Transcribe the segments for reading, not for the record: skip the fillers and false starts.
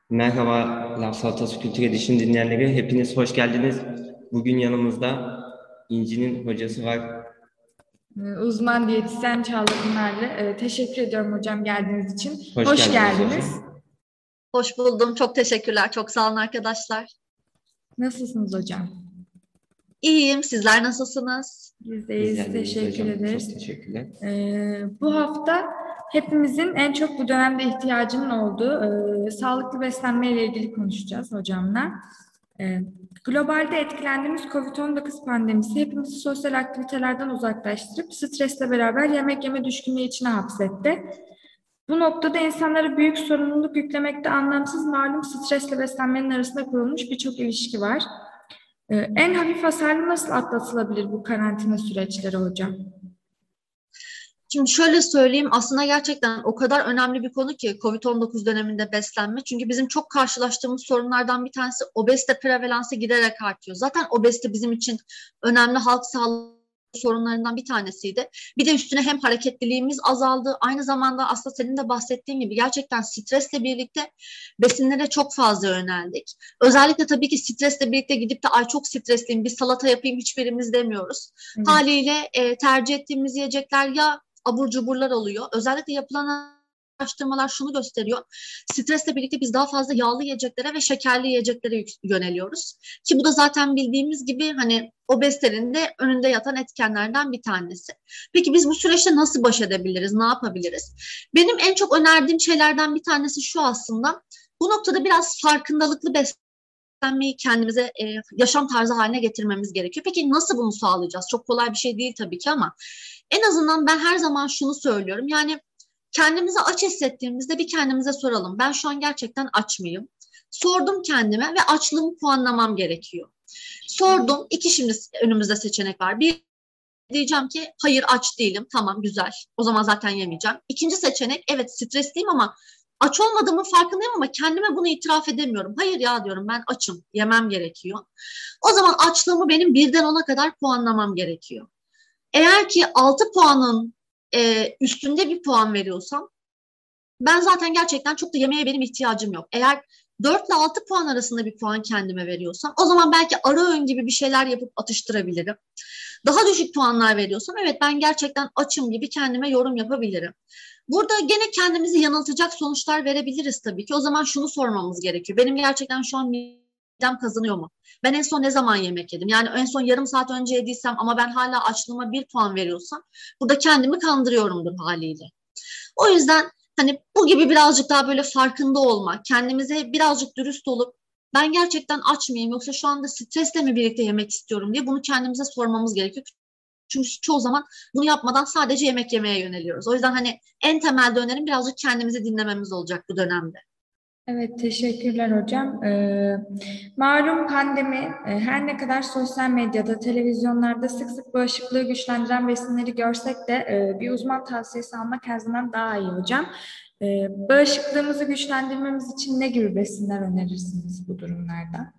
Merhaba Laf Salatası Kültür Edişim dinleyenleri. Hepiniz hoş geldiniz. Bugün yanımızda İnci'nin hocası var. Uzman diyetisyen Çağla Pınarlı. Teşekkür ediyorum hocam geldiğiniz için. Hoş Hoş geldiniz geldiniz. hocam. Hoş buldum. Çok teşekkürler. Çok sağ olun arkadaşlar. Nasılsınız hocam? İyiyim. Sizler nasılsınız? Bizdeyiz. Bizler deyiz Teşekkür hocam. Çok ederiz. teşekkürler. Bu hafta hepimizin en çok bu dönemde ihtiyacının olduğu sağlıklı beslenme ile ilgili konuşacağız hocamla. Ee, Globalde etkilendiğimiz COVID-19 pandemisi hepimizi sosyal aktivitelerden uzaklaştırıp stresle beraber yemek yeme düşkünlüğü içine hapsetti. Bu noktada insanlara büyük sorumluluk yüklemekte anlamsız malum stresle beslenmenin arasında kurulmuş birçok ilişki var. En hafif hasarlı nasıl atlatılabilir bu karantina süreçleri hocam? Şimdi şöyle söyleyeyim. Aslında gerçekten o kadar önemli bir konu ki COVID-19 döneminde beslenme. Çünkü bizim çok karşılaştığımız sorunlardan bir tanesi obezite prevalansı giderek artıyor. Zaten obezite bizim için önemli halk sağlığı sorunlarından bir tanesiydi. Bir de üstüne hem hareketliliğimiz azaldı. Aynı zamanda aslında senin de bahsettiğin gibi gerçekten stresle birlikte besinlere çok fazla yöneldik. Özellikle tabii ki stresle birlikte gidip de ay çok stresliyim bir salata yapayım hiçbirimiz demiyoruz. Evet. Haliyle tercih ettiğimiz yiyecekler ya abur cuburlar oluyor. Özellikle yapılan araştırmalar şunu gösteriyor. Stresle birlikte biz daha fazla yağlı yiyeceklere ve şekerli yiyeceklere yöneliyoruz. Ki bu da zaten bildiğimiz gibi hani obezitenin de önünde yatan etkenlerden bir tanesi. Peki biz bu süreçte nasıl baş edebiliriz? Ne yapabiliriz? Benim en çok önerdiğim şeylerden bir tanesi şu aslında. Bu noktada biraz farkındalıklı beslenmeyi kendimize yaşam tarzı haline getirmemiz gerekiyor. Peki nasıl bunu sağlayacağız? Çok kolay bir şey değil tabii ki ama en azından ben her zaman şunu söylüyorum. Yani kendimizi aç hissettiğimizde bir kendimize soralım. Ben şu an gerçekten aç mıyım? Sordum kendime ve açlığımı puanlamam gerekiyor. Sordum. İki şimdi önümüzde seçenek var. Bir diyeceğim ki hayır aç değilim. Tamam güzel. O zaman zaten yemeyeceğim. İkinci seçenek evet stresliyim ama aç olmadığımın farkındayım ama kendime bunu itiraf edemiyorum. Hayır ya diyorum ben açım. Yemem gerekiyor. O zaman açlığımı benim birden 10'a kadar puanlamam gerekiyor. Eğer ki 6 puanın üstünde bir puan veriyorsam ben zaten gerçekten çok da yemeğe benim ihtiyacım yok. Eğer 4 ile 6 puan arasında bir puan kendime veriyorsam o zaman belki ara öğün gibi bir şeyler yapıp atıştırabilirim. Daha düşük puanlar veriyorsam evet ben gerçekten açım gibi kendime yorum yapabilirim. Burada gene kendimizi yanıltacak sonuçlar verebiliriz tabii ki. O zaman şunu sormamız gerekiyor. Benim gerçekten şu an midem kazanıyor mu? Ben en son ne zaman yemek yedim? Yani en son yarım saat önce yediysem ama ben hala açlığıma bir puan veriyorsam burada kendimi kandırıyorumdur haliyle. O yüzden hani bu gibi birazcık daha böyle farkında olmak, kendimize birazcık dürüst olup ben gerçekten aç mıyım yoksa şu anda stresle mi birlikte yemek istiyorum diye bunu kendimize sormamız gerekiyor. Çünkü çoğu zaman bunu yapmadan sadece yemek yemeye yöneliyoruz. O yüzden hani en temelde önerim birazcık kendimizi dinlememiz olacak bu dönemde. Evet, teşekkürler hocam. Malum pandemi her ne kadar sosyal medyada, televizyonlarda sık sık bağışıklığı güçlendiren besinleri görsek de bir uzman tavsiyesi almak her zaman daha iyi hocam. Bağışıklığımızı güçlendirmemiz için ne gibi besinler önerirsiniz bu durumlarda?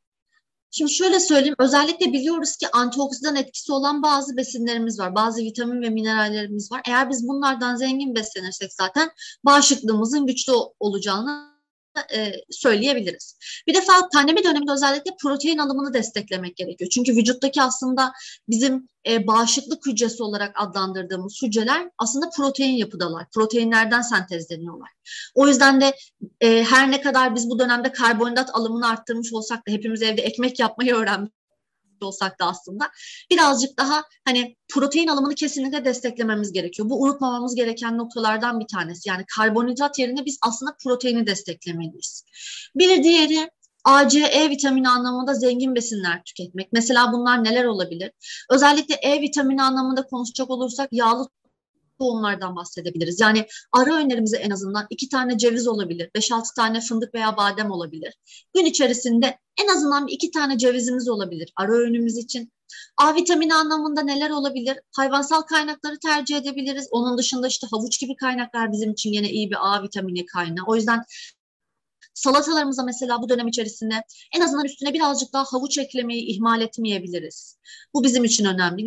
Şimdi şöyle söyleyeyim, özellikle biliyoruz ki antioksidan etkisi olan bazı besinlerimiz var, bazı vitamin ve minerallerimiz var. Eğer biz bunlardan zengin beslenirsek zaten bağışıklığımızın güçlü olacağını söyleyebiliriz. Bir defa pandemi döneminde özellikle protein alımını desteklemek gerekiyor. Çünkü vücuttaki aslında bizim bağışıklık hücresi olarak adlandırdığımız hücreler aslında protein yapıdalar. Proteinlerden sentezleniyorlar. O yüzden de her ne kadar biz bu dönemde karbonhidrat alımını arttırmış olsak da hepimiz evde ekmek yapmayı öğrenmiş olsak da aslında birazcık daha hani protein alımını kesinlikle desteklememiz gerekiyor. Bu unutmamamız gereken noktalardan bir tanesi. Yani karbonhidrat yerine biz aslında proteini desteklemeliyiz. Bir diğeri A, C, E vitamini anlamında zengin besinler tüketmek. Mesela bunlar neler olabilir? Özellikle E vitamini anlamında konuşacak olursak yağlı tohumlardan bahsedebiliriz. Yani ara öğünlerimize en azından 2 tane ceviz olabilir, 5-6 tane fındık veya badem olabilir. Gün içerisinde en azından 2 tane cevizimiz olabilir ara öğünümüz için. A vitamini anlamında neler olabilir? Hayvansal kaynakları tercih edebiliriz. Onun dışında işte havuç gibi kaynaklar bizim için yine iyi bir A vitamini kaynağı. O yüzden salatalarımıza mesela bu dönem içerisinde en azından üstüne birazcık daha havuç eklemeyi ihmal etmeyebiliriz. Bu bizim için önemli. Gene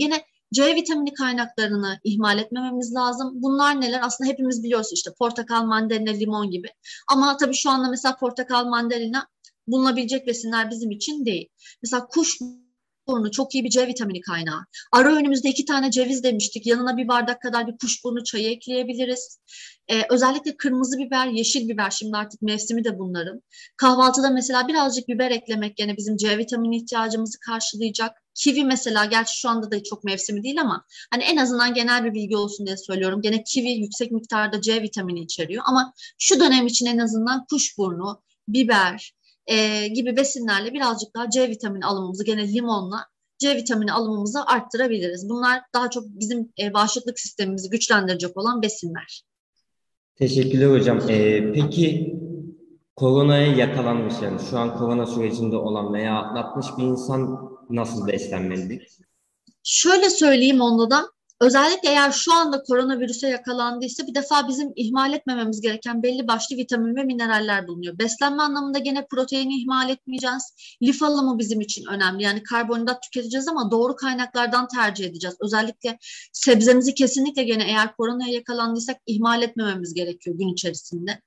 C vitamini kaynaklarını ihmal etmememiz lazım. Bunlar neler? Aslında hepimiz biliyoruz, işte portakal, mandalina, limon gibi. Ama tabii şu anda mesela portakal, mandalina bulunabilecek besinler bizim için değil. Mesela kuşburnu çok iyi bir C vitamini kaynağı. Ara öğünümüzde 2 tane ceviz demiştik. Yanına bir bardak kadar bir kuşburnu çayı ekleyebiliriz. Özellikle kırmızı biber, yeşil biber, şimdi artık mevsimi de bunların. Kahvaltıda mesela birazcık biber eklemek gene bizim C vitamini ihtiyacımızı karşılayacak. Kivi mesela, gerçi şu anda da çok mevsimi değil ama hani en azından genel bir bilgi olsun diye söylüyorum. Gene kivi yüksek miktarda C vitamini içeriyor ama şu dönem için en azından kuşburnu, biber gibi besinlerle birazcık daha C vitamini alımımızı, gene limonla C vitamini alımımızı arttırabiliriz. Bunlar daha çok bizim bağışıklık sistemimizi güçlendirecek olan besinler. Teşekkürler hocam. Peki koronaya yakalanmış, yani şu an korona sürecinde olan veya atlatmış bir insan nasıl beslenmelidir? Şöyle söyleyeyim onda da, özellikle eğer şu anda koronavirüse yakalandıysa bir defa bizim ihmal etmememiz gereken belli başlı vitamin ve mineraller bulunuyor. Beslenme anlamında gene proteini ihmal etmeyeceğiz. Lif alımı bizim için önemli. Yani karbonhidrat tüketeceğiz ama doğru kaynaklardan tercih edeceğiz. Özellikle sebzemizi kesinlikle gene eğer koronaya yakalandıysak ihmal etmememiz gerekiyor gün içerisinde.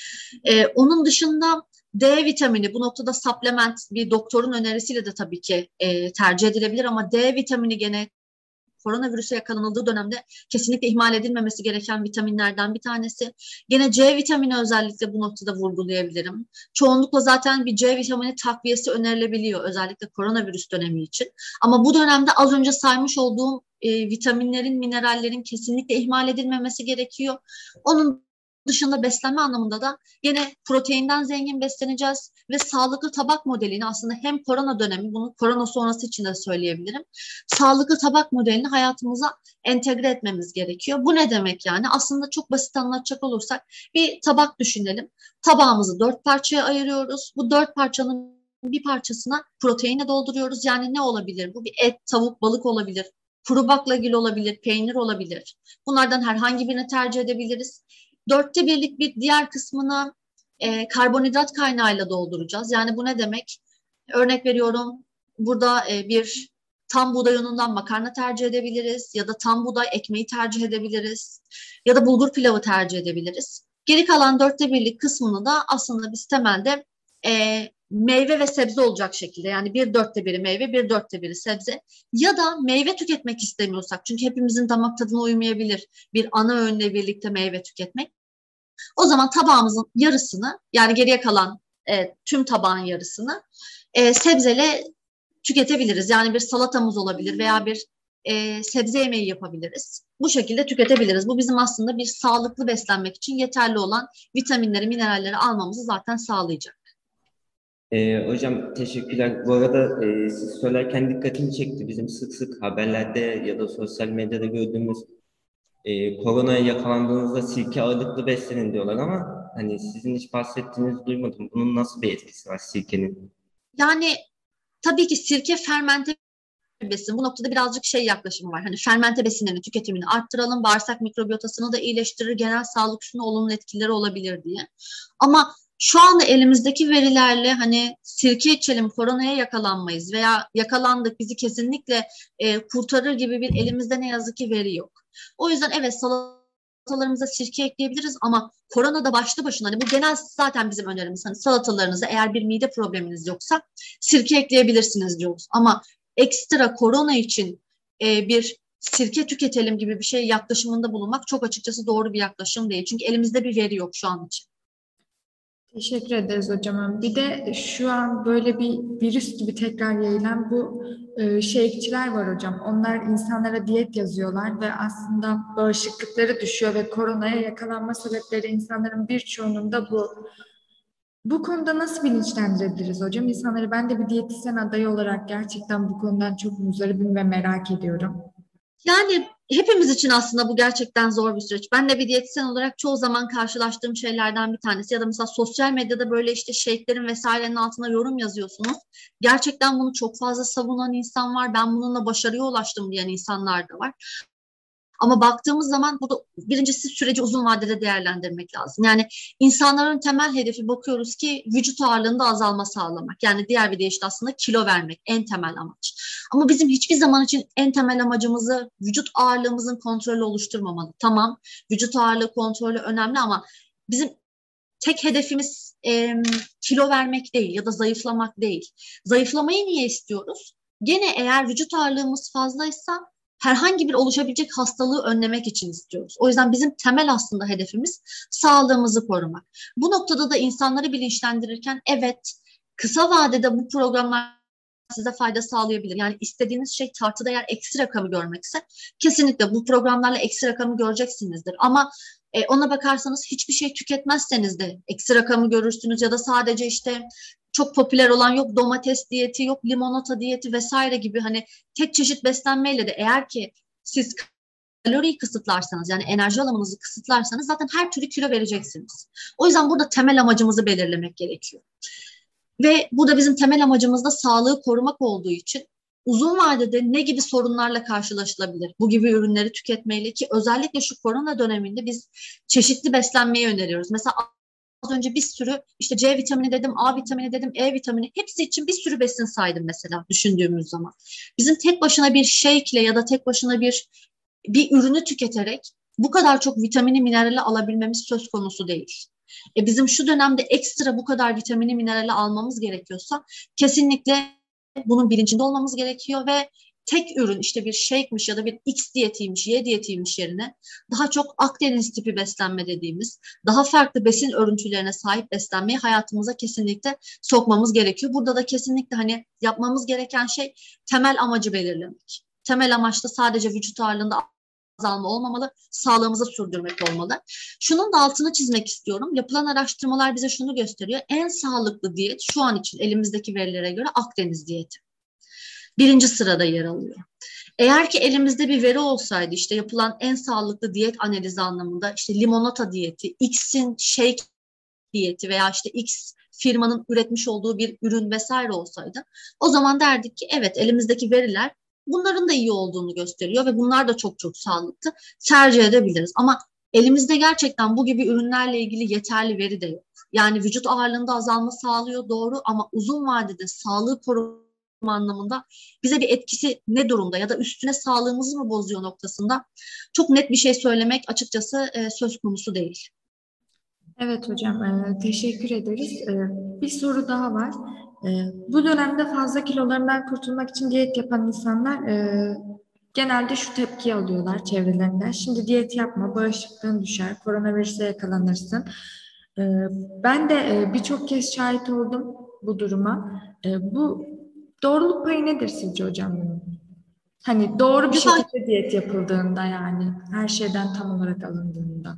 Onun dışında D vitamini bu noktada supplement, bir doktorun önerisiyle de tabii ki tercih edilebilir ama D vitamini gene koronavirüse yakalanıldığı dönemde kesinlikle ihmal edilmemesi gereken vitaminlerden bir tanesi. Gene C vitamini özellikle bu noktada vurgulayabilirim. Çoğunlukla zaten bir C vitamini takviyesi önerilebiliyor özellikle koronavirüs dönemi için. Ama bu dönemde az önce saymış olduğum vitaminlerin, minerallerin kesinlikle ihmal edilmemesi gerekiyor. Onun dışında beslenme anlamında da yine proteinden zengin besleneceğiz ve sağlıklı tabak modelini aslında hem korona dönemi, bunu korona sonrası için de söyleyebilirim. Sağlıklı tabak modelini hayatımıza entegre etmemiz gerekiyor. Bu ne demek yani? Aslında çok basit anlatacak olursak bir tabak düşünelim. Tabağımızı 4 parçaya ayırıyoruz. Bu 4 parçanın bir parçasına proteinle dolduruyoruz. Yani ne olabilir? Bu bir et, tavuk, balık olabilir. Kuru baklagil olabilir, peynir olabilir. Bunlardan herhangi birini tercih edebiliriz. 1/4'lik bir diğer kısmını karbonhidrat kaynağıyla dolduracağız. Yani bu ne demek? Örnek veriyorum, burada bir tam buğday unundan makarna tercih edebiliriz ya da tam buğday ekmeği tercih edebiliriz ya da bulgur pilavı tercih edebiliriz. Geri kalan 1/4'lik kısmını da aslında biz temelde meyve ve sebze olacak şekilde, yani 1/4'ü meyve, 1/4'ü sebze ya da meyve tüketmek istemiyorsak, çünkü hepimizin damak tadına uymayabilir bir ana öğünle birlikte meyve tüketmek. O zaman tabağımızın yarısını, yani geriye kalan tüm tabağın yarısını sebzeyle tüketebiliriz. Yani bir salatamız olabilir veya bir sebze yemeği yapabiliriz. Bu şekilde tüketebiliriz. Bu bizim aslında bir sağlıklı beslenmek için yeterli olan vitaminleri, mineralleri almamızı zaten sağlayacak. Hocam teşekkürler. Bu arada siz söylerken dikkatimi çekti. Bizim sık sık haberlerde ya da sosyal medyada gördüğümüz koronaya yakalandığınızda sirke ağırlıklı beslenin diyorlar ama hani sizin hiç bahsettiğinizi duymadım. Bunun nasıl bir etkisi var sirkenin? Yani tabii ki sirke fermente besin. Bu noktada birazcık yaklaşımı var. Hani fermente besinlerin tüketimini arttıralım, bağırsak mikrobiyotasını da iyileştirir, genel sağlık üstüne olumlu etkileri olabilir diye. Ama şu anda elimizdeki verilerle hani sirke içelim, koronaya yakalanmayız veya yakalandık bizi kesinlikle kurtarır gibi bir elimizde ne yazık ki veri yok. O yüzden evet, salatalarımıza sirke ekleyebiliriz ama korona da başlı başına, hani bu genel zaten bizim önerimiz, hani salatalarınıza eğer bir mide probleminiz yoksa sirke ekleyebilirsiniz diyoruz. Ama ekstra korona için bir sirke tüketelim gibi bir şey yaklaşımında bulunmak çok açıkçası doğru bir yaklaşım değil. Çünkü elimizde bir veri yok şu an için. Teşekkür ederiz hocam. Bir de şu an böyle bir virüs gibi tekrar yayılan bu shake'çiler var hocam. Onlar insanlara diyet yazıyorlar ve aslında bağışıklıkları düşüyor ve koronaya yakalanma sebepleri insanların birçoğunun da bu. Bu konuda nasıl bilinçlendirebiliriz hocam? İnsanları, ben de bir diyetisyen adayı olarak gerçekten bu konudan çok muzdaribim ve merak ediyorum. Yani hepimiz için aslında bu gerçekten zor bir süreç. Ben de bir diyetisyen olarak çoğu zaman karşılaştığım şeylerden bir tanesi, ya da mesela sosyal medyada böyle işte shake'lerin vesairenin altına yorum yazıyorsunuz. Gerçekten bunu çok fazla savunan insan var. Ben bununla başarıya ulaştım diyen insanlar da var. Ama baktığımız zaman burada birincisi süreci uzun vadede değerlendirmek lazım. Yani insanların temel hedefi bakıyoruz ki vücut ağırlığında azalma sağlamak. Yani diğer bir deyişle aslında kilo vermek en temel amaç. Ama bizim hiçbir zaman için en temel amacımızı vücut ağırlığımızın kontrolü oluşturmamalı. Tamam, vücut ağırlığı kontrolü önemli ama bizim tek hedefimiz kilo vermek değil ya da zayıflamak değil. Zayıflamayı niye istiyoruz? Gene eğer vücut ağırlığımız fazlaysa herhangi bir oluşabilecek hastalığı önlemek için istiyoruz. O yüzden bizim temel aslında hedefimiz sağlığımızı korumak. Bu noktada da insanları bilinçlendirirken evet, kısa vadede bu programlar size fayda sağlayabilir. Yani istediğiniz şey tartıda eğer eksi rakamı görmekse kesinlikle bu programlarla eksi rakamı göreceksinizdir. Ama ona bakarsanız hiçbir şey tüketmezseniz de eksi rakamı görürsünüz ya da sadece işte çok popüler olan yok domates diyeti, yok limonata diyeti vesaire gibi hani tek çeşit beslenmeyle de eğer ki siz kaloriyi kısıtlarsanız yani enerji alımınızı kısıtlarsanız zaten her türlü kilo vereceksiniz. O yüzden burada temel amacımızı belirlemek gerekiyor. Ve burada bizim temel amacımız da sağlığı korumak olduğu için uzun vadede ne gibi sorunlarla karşılaşılabilir? Bu gibi ürünleri tüketmeyle ki özellikle şu korona döneminde biz çeşitli beslenmeyi öneriyoruz. Mesela az önce bir sürü işte C vitamini dedim, A vitamini dedim, E vitamini hepsi için bir sürü besin saydım mesela düşündüğümüz zaman. Bizim tek başına bir shake'le ya da tek başına bir ürünü tüketerek bu kadar çok vitamini, minerali alabilmemiz söz konusu değil. Bizim şu dönemde ekstra bu kadar vitamini, minerali almamız gerekiyorsa kesinlikle bunun bilincinde olmamız gerekiyor ve tek ürün işte bir shake'miş ya da bir X diyetiymiş, Y diyetiymiş yerine daha çok Akdeniz tipi beslenme dediğimiz daha farklı besin örüntülerine sahip beslenmeyi hayatımıza kesinlikle sokmamız gerekiyor. Burada da kesinlikle hani yapmamız gereken şey temel amacı belirlemek. Temel amaç da sadece vücut ağırlığında azalma olmamalı, sağlığımızı sürdürmek olmalı. Şunun da altını çizmek istiyorum. Yapılan araştırmalar bize şunu gösteriyor. En sağlıklı diyet şu an için elimizdeki verilere göre Akdeniz diyeti. Birinci sırada yer alıyor. Eğer ki elimizde bir veri olsaydı işte yapılan en sağlıklı diyet analizi anlamında işte limonata diyeti, X'in shake diyeti veya işte X firmanın üretmiş olduğu bir ürün vesaire olsaydı o zaman derdik ki evet elimizdeki veriler bunların da iyi olduğunu gösteriyor ve bunlar da çok çok sağlıklı tercih edebiliriz. Ama elimizde gerçekten bu gibi ürünlerle ilgili yeterli veri de yok. Yani vücut ağırlığında azalma sağlıyor doğru ama uzun vadede sağlığı koruma anlamında bize bir etkisi ne durumda ya da üstüne sağlığımızı mı bozuyor noktasında çok net bir şey söylemek açıkçası söz konusu değil. Evet hocam, teşekkür ederiz. Bir soru daha var. Bu dönemde fazla kilolarından kurtulmak için diyet yapan insanlar genelde şu tepkiyi alıyorlar çevrelerinden. Şimdi diyet yapma, bağışıklığın düşer, koronavirüse yakalanırsın. Ben de birçok kez şahit oldum bu duruma. Bu doğruluk payı nedir sizce hocam bunun? Hani doğru bir şekilde diyet yapıldığında yani her şeyden tam olarak alındığında.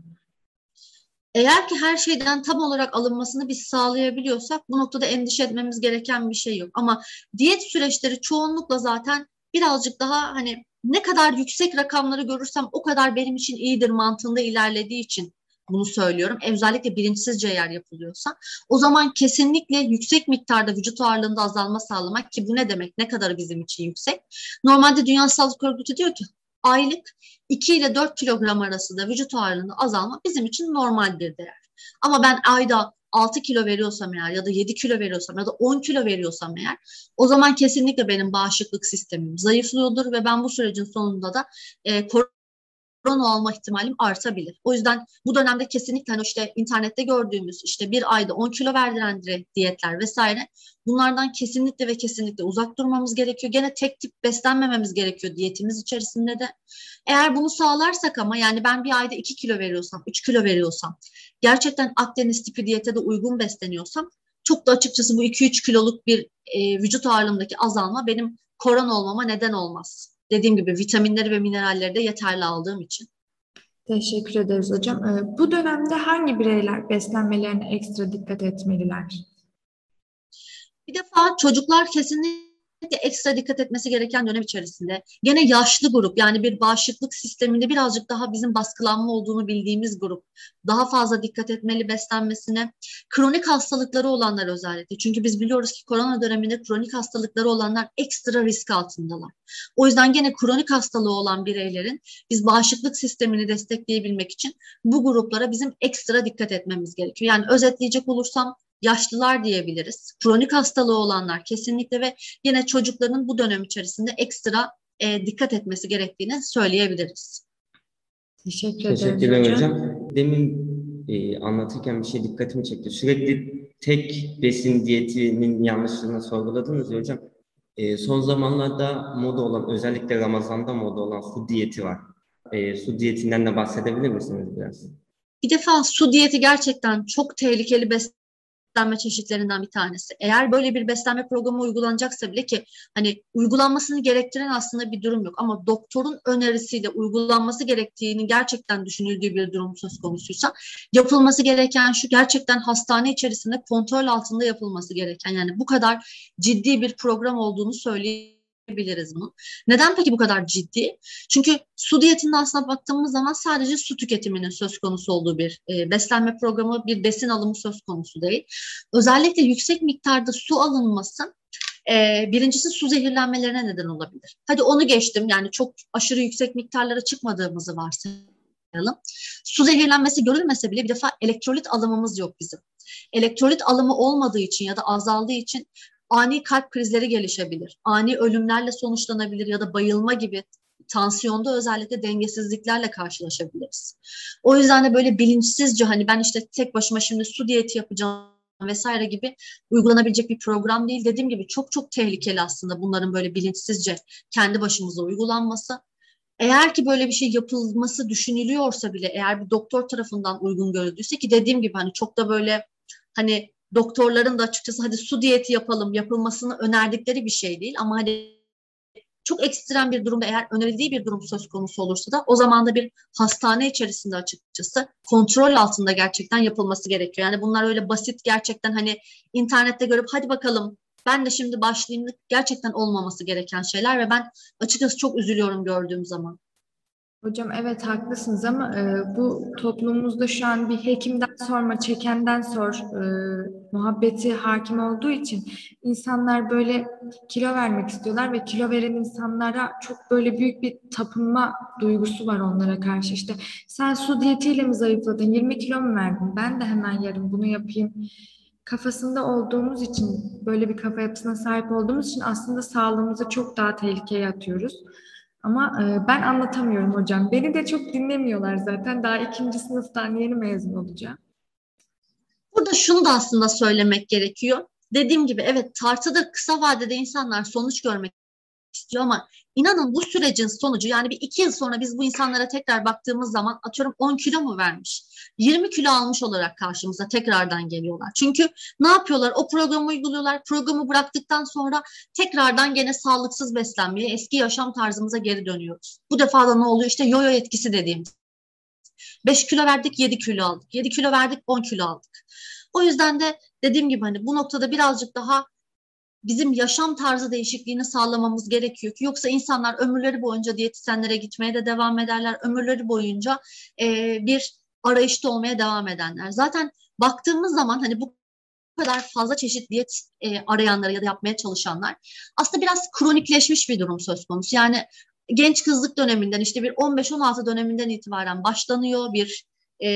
Eğer ki her şeyden tam olarak alınmasını biz sağlayabiliyorsak bu noktada endişe etmemiz gereken bir şey yok. Ama diyet süreçleri çoğunlukla zaten birazcık daha hani ne kadar yüksek rakamları görürsem o kadar benim için iyidir mantığında ilerlediği için bunu söylüyorum. Özellikle bilinçsizce eğer yapılıyorsa o zaman kesinlikle yüksek miktarda vücut ağırlığında azalma sağlamak ki bu ne demek? Ne kadar bizim için yüksek? Normalde Dünya Sağlık Örgütü diyor ki aylık 2 ile 4 kilogram arasında vücut ağırlığında azalma bizim için normal bir değer. Ama ben ayda 6 kilo veriyorsam eğer ya da 7 kilo veriyorsam ya da 10 kilo veriyorsam eğer o zaman kesinlikle benim bağışıklık sistemim zayıflıyordur ve ben bu sürecin sonunda da korona olma ihtimalim artabilir. O yüzden bu dönemde kesinlikle hani işte internette gördüğümüz işte bir ayda 10 kilo verdiren diyetler vesaire bunlardan kesinlikle ve kesinlikle uzak durmamız gerekiyor. Gene tek tip beslenmememiz gerekiyor diyetimiz içerisinde de. Eğer bunu sağlarsak ama yani ben bir ayda 2 kilo veriyorsam, 3 kilo veriyorsam, gerçekten Akdeniz tipi diyete de uygun besleniyorsam çok da açıkçası bu 2-3 kiloluk bir vücut ağırlığımdaki azalma benim korona olmama neden olmaz. Dediğim gibi vitaminleri ve mineralleri de yeterli aldığım için. Teşekkür ederiz hocam. Bu dönemde hangi bireyler beslenmelerine ekstra dikkat etmeliler? Bir defa çocuklar kesinlikle ekstra dikkat etmesi gereken dönem içerisinde. Gene yaşlı grup, yani bir bağışıklık sisteminde birazcık daha bizim baskılanma olduğunu bildiğimiz grup. Daha fazla dikkat etmeli beslenmesine. Kronik hastalıkları olanlar özellikle. Çünkü biz biliyoruz ki korona döneminde kronik hastalıkları olanlar ekstra risk altındalar. O yüzden gene kronik hastalığı olan bireylerin biz bağışıklık sistemini destekleyebilmek için bu gruplara bizim ekstra dikkat etmemiz gerekiyor. Yani özetleyecek olursam yaşlılar diyebiliriz. Kronik hastalığı olanlar kesinlikle ve yine çocukların bu dönem içerisinde ekstra dikkat etmesi gerektiğini söyleyebiliriz. Teşekkür ederiz Teşekkürler hocam. hocam. Demin anlatırken bir şey dikkatimi çekti. Sürekli tek besin diyetinin yanlışlığını sorguladınız ya hocam. Son zamanlarda moda olan, özellikle Ramazan'da moda olan su diyeti var. Su diyetinden de bahsedebilir misiniz biraz? Bir defa su diyeti gerçekten çok tehlikeli beslenme çeşitlerinden bir tanesi. Eğer böyle bir beslenme programı uygulanacaksa bile, ki hani uygulanmasını gerektiren aslında bir durum yok ama doktorun önerisiyle uygulanması gerektiğini gerçekten düşünüldüğü bir durum söz konusuysa yapılması gereken şu: gerçekten hastane içerisinde kontrol altında yapılması gereken, yani bu kadar ciddi bir program olduğunu söyleyebiliriz bunu. Neden peki bu kadar ciddi? Çünkü su diyetinin aslına baktığımız zaman sadece su tüketiminin söz konusu olduğu bir beslenme programı, bir besin alımı söz konusu değil. Özellikle yüksek miktarda su alınması birincisi su zehirlenmelerine neden olabilir. Hadi onu geçtim, yani çok aşırı yüksek miktarlara çıkmadığımızı varsayalım. Su zehirlenmesi görülmese bile bir defa elektrolit alımımız yok bizim. Elektrolit alımı olmadığı için ya da azaldığı için ani kalp krizleri gelişebilir. Ani ölümlerle sonuçlanabilir ya da bayılma gibi, tansiyonda özellikle dengesizliklerle karşılaşabiliriz. O yüzden de böyle bilinçsizce hani ben işte tek başıma şimdi su diyeti yapacağım vesaire gibi uygulanabilecek bir program değil. Dediğim gibi çok çok tehlikeli aslında bunların böyle bilinçsizce kendi başımıza uygulanması. Eğer ki böyle bir şey yapılması düşünülüyorsa bile, eğer bir doktor tarafından uygun görüldüyse, ki dediğim gibi hani çok da böyle hani doktorların da açıkçası hadi su diyeti yapalım yapılmasını önerdikleri bir şey değil ama hani çok ekstrem bir durumda, eğer önerildiği bir durum söz konusu olursa da o zaman da bir hastane içerisinde açıkçası kontrol altında gerçekten yapılması gerekiyor. Yani bunlar öyle basit, gerçekten hani internette görüp hadi bakalım ben de şimdi başlayayım, gerçekten olmaması gereken şeyler ve ben açıkçası çok üzülüyorum gördüğüm zaman. Hocam evet haklısınız ama bu toplumumuzda şu an bir hekimden sorma, çekenden sor muhabbeti hakim olduğu için insanlar böyle kilo vermek istiyorlar ve kilo veren insanlara çok böyle büyük bir tapınma duygusu var onlara karşı. İşte sen su diyetiyle mi zayıfladın, 20 kilo mu verdin? Ben de hemen yarın bunu yapayım. Kafasında olduğumuz için, böyle bir kafa yapısına sahip olduğumuz için aslında sağlığımızı çok daha tehlikeye atıyoruz. Ama ben anlatamıyorum hocam. Beni de çok dinlemiyorlar zaten. Daha ikinci sınıftan yeni mezun olacağım. Burada şunu da aslında söylemek gerekiyor. Dediğim gibi evet, tartıda kısa vadede insanlar sonuç görmek istiyor ama inanın bu sürecin sonucu, yani bir 2 yıl sonra biz bu insanlara tekrar baktığımız zaman atıyorum 10 kilo mu vermiş, 20 kilo almış olarak karşımıza tekrardan geliyorlar. Çünkü ne yapıyorlar? O programı uyguluyorlar. Programı bıraktıktan sonra tekrardan gene sağlıksız beslenmeye, eski yaşam tarzımıza geri dönüyoruz. Bu defa da ne oluyor? İşte yo-yo etkisi dediğimiz. 5 kilo verdik, 7 kilo aldık. 7 kilo verdik, 10 kilo aldık. O yüzden de dediğim gibi hani bu noktada birazcık daha bizim yaşam tarzı değişikliğini sağlamamız gerekiyor ki yoksa insanlar ömürleri boyunca diyetisyenlere gitmeye de devam ederler. Ömürleri boyunca bir arayışta olmaya devam edenler. Zaten baktığımız zaman hani bu kadar fazla çeşit diyet arayanları ya da yapmaya çalışanlar aslında biraz kronikleşmiş bir durum söz konusu. Yani genç kızlık döneminden, işte bir 15-16 döneminden itibaren başlanıyor bir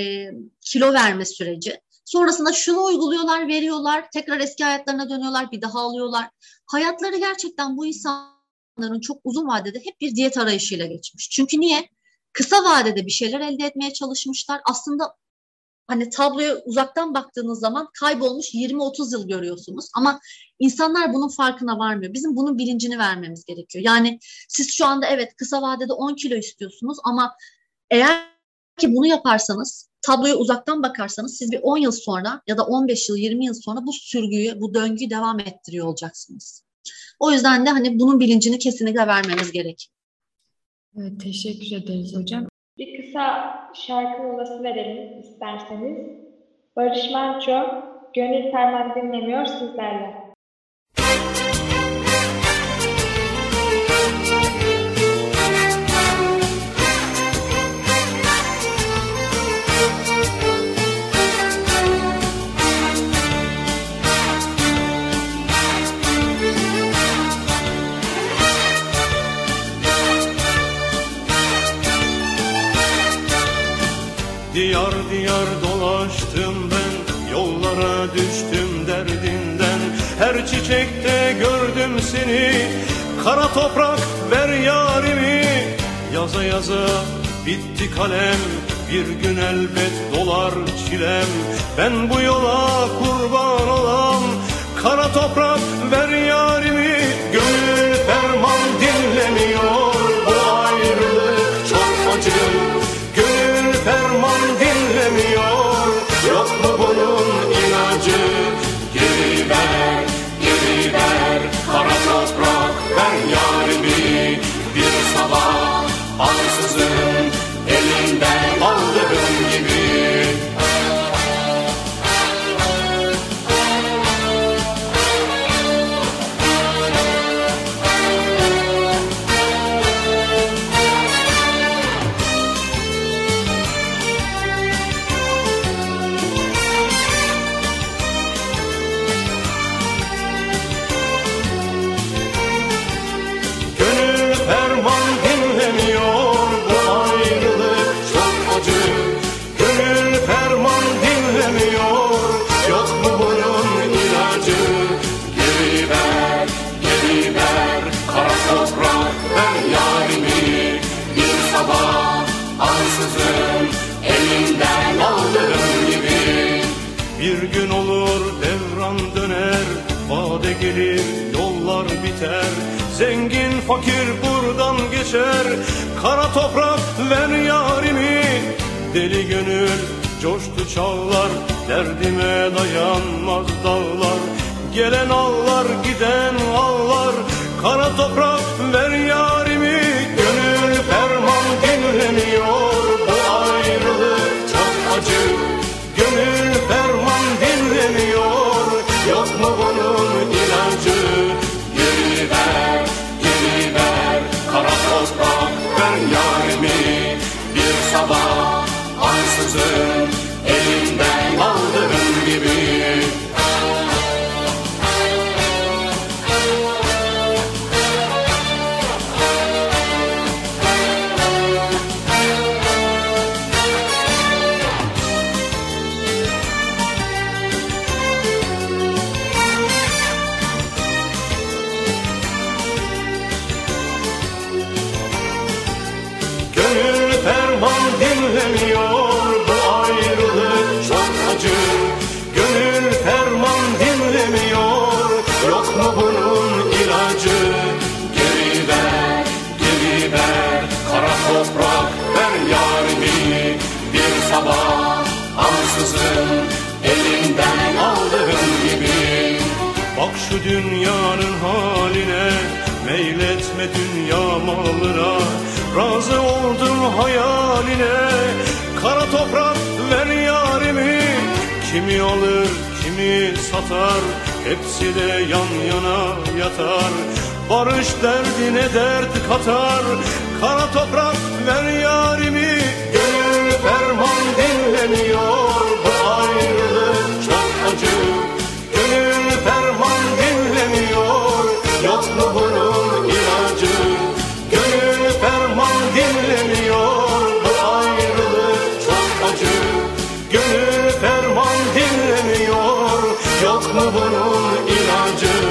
kilo verme süreci. Sonrasında şunu uyguluyorlar, veriyorlar, tekrar eski hayatlarına dönüyorlar, bir daha alıyorlar. Hayatları gerçekten bu insanların çok uzun vadede hep bir diyet arayışıyla geçmiş. Çünkü niye? Kısa vadede bir şeyler elde etmeye çalışmışlar. Aslında hani tabloya uzaktan baktığınız zaman kaybolmuş 20-30 yıl görüyorsunuz. Ama insanlar bunun farkına varmıyor. Bizim bunun bilincini vermemiz gerekiyor. Yani siz şu anda evet kısa vadede 10 kilo istiyorsunuz ama eğer ki bunu yaparsanız, tabloya uzaktan bakarsanız siz bir 10 yıl sonra ya da 15 yıl, 20 yıl sonra bu sürgüyü, bu döngüyü devam ettiriyor olacaksınız. O yüzden de hani bunun bilincini kesinlikle vermemiz gerekiyor. Evet, teşekkür ederiz hocam. Bir kısa şarkı molası verelim isterseniz. Barış Manço, Gönül Ferman dinlemiyor sizlerle. düştüm derdinden. Her çiçekte gördüm seni, kara toprak ver yarimi. Yaza yaza bitti kalem, bir gün elbet dolar çilem. Ben bu yola kurban olam, kara toprak ver yarimi. Gönül ferman dinlemiyor, bu ayrılık çok acı. Gönül ferman dinlemiyor, yok mu bunun ilacı? Geri ver, geri ver, kara toprak ver yarimi. Bir sabah ansızın elinden aldığım gibi. Gönül ferman dinlemiyor, bu ayrılık çok acı. Gönül ferman dinlemiyor, yok mu bunun ilacı? Geri ver, geri ver, kara toprak ver yarimi. Bir sabah ansızın elinden aldığım gibi. Bir gün olur devran döner, vade gelir yollar biter. Zengin fakir buradan geçer, kara toprak ver yarimi. Deli gönül coştu çağlar, derdime dayanmaz dağlar. Gelen ağlar giden ağlar, kara toprak ver yarimi. Gönül ferman dinlemiyor, bu ayrılık çok acı. Gönül ferman dinlemiyor, yok mu bunun ilacı? Geri ver, geri ver, kara toprak ver yarimi. Bir sabah ansızın elinden aldığım gibi. Gönül ferman dinlemiyor, bu ayrılık çok acı. Gönül ferman dinlemiyor, yok mu bunun ilacı? Geri ver, geri ver, kara toprak ver yarimi. Bir sabah ansızın elinden aldığım gibi. Bak şu dünyanın haline, meyletme dünya malına. Razı oldum hayaline, kara toprak ver yarimi. Kimi alır kimi satar, hepsi de yan yana yatar. Barış derdine dert katar, kara toprak ver yarimi. Gönül ferman dinlemiyor, bu ayrılık çok acı. Gönül ferman dinlemiyor, yok mu bunun ilacı? Gönül ferman dinlemiyor, bu ayrılık çok acı. Gönül ferman dinlemiyor, yok mu bunun ilacı?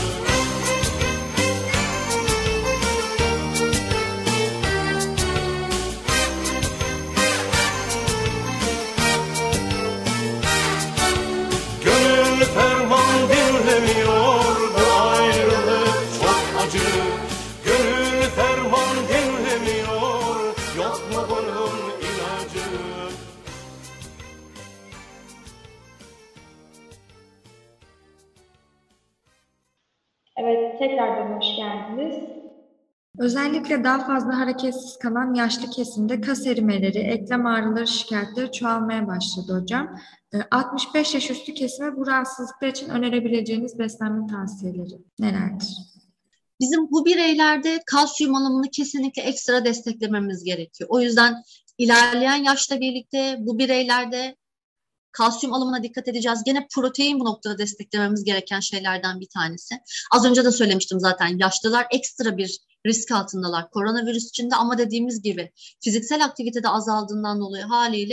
Gönül ferman dinlemiyor, bu ayrılık çok acı. Gönül ferman dinlemiyor, yok mu bunun ilacı? Evet, tekrardan hoş geldiniz. Özellikle daha fazla hareketsiz kalan yaşlı kesimde kas erimeleri, eklem ağrıları şikayetleri çoğalmaya başladı hocam. 65 yaş üstü kesime bu rahatsızlıklar için önerebileceğiniz beslenme tavsiyeleri nelerdir? Bizim bu bireylerde kalsiyum alımını kesinlikle ekstra desteklememiz gerekiyor. O yüzden ilerleyen yaşla birlikte bu bireylerde kalsiyum alımına dikkat edeceğiz. Gene protein bu noktada desteklememiz gereken şeylerden bir tanesi. Az önce de söylemiştim zaten, yaşlılar ekstra bir risk altındalar koronavirüs içinde, ama dediğimiz gibi fiziksel aktivitede azaldığından dolayı haliyle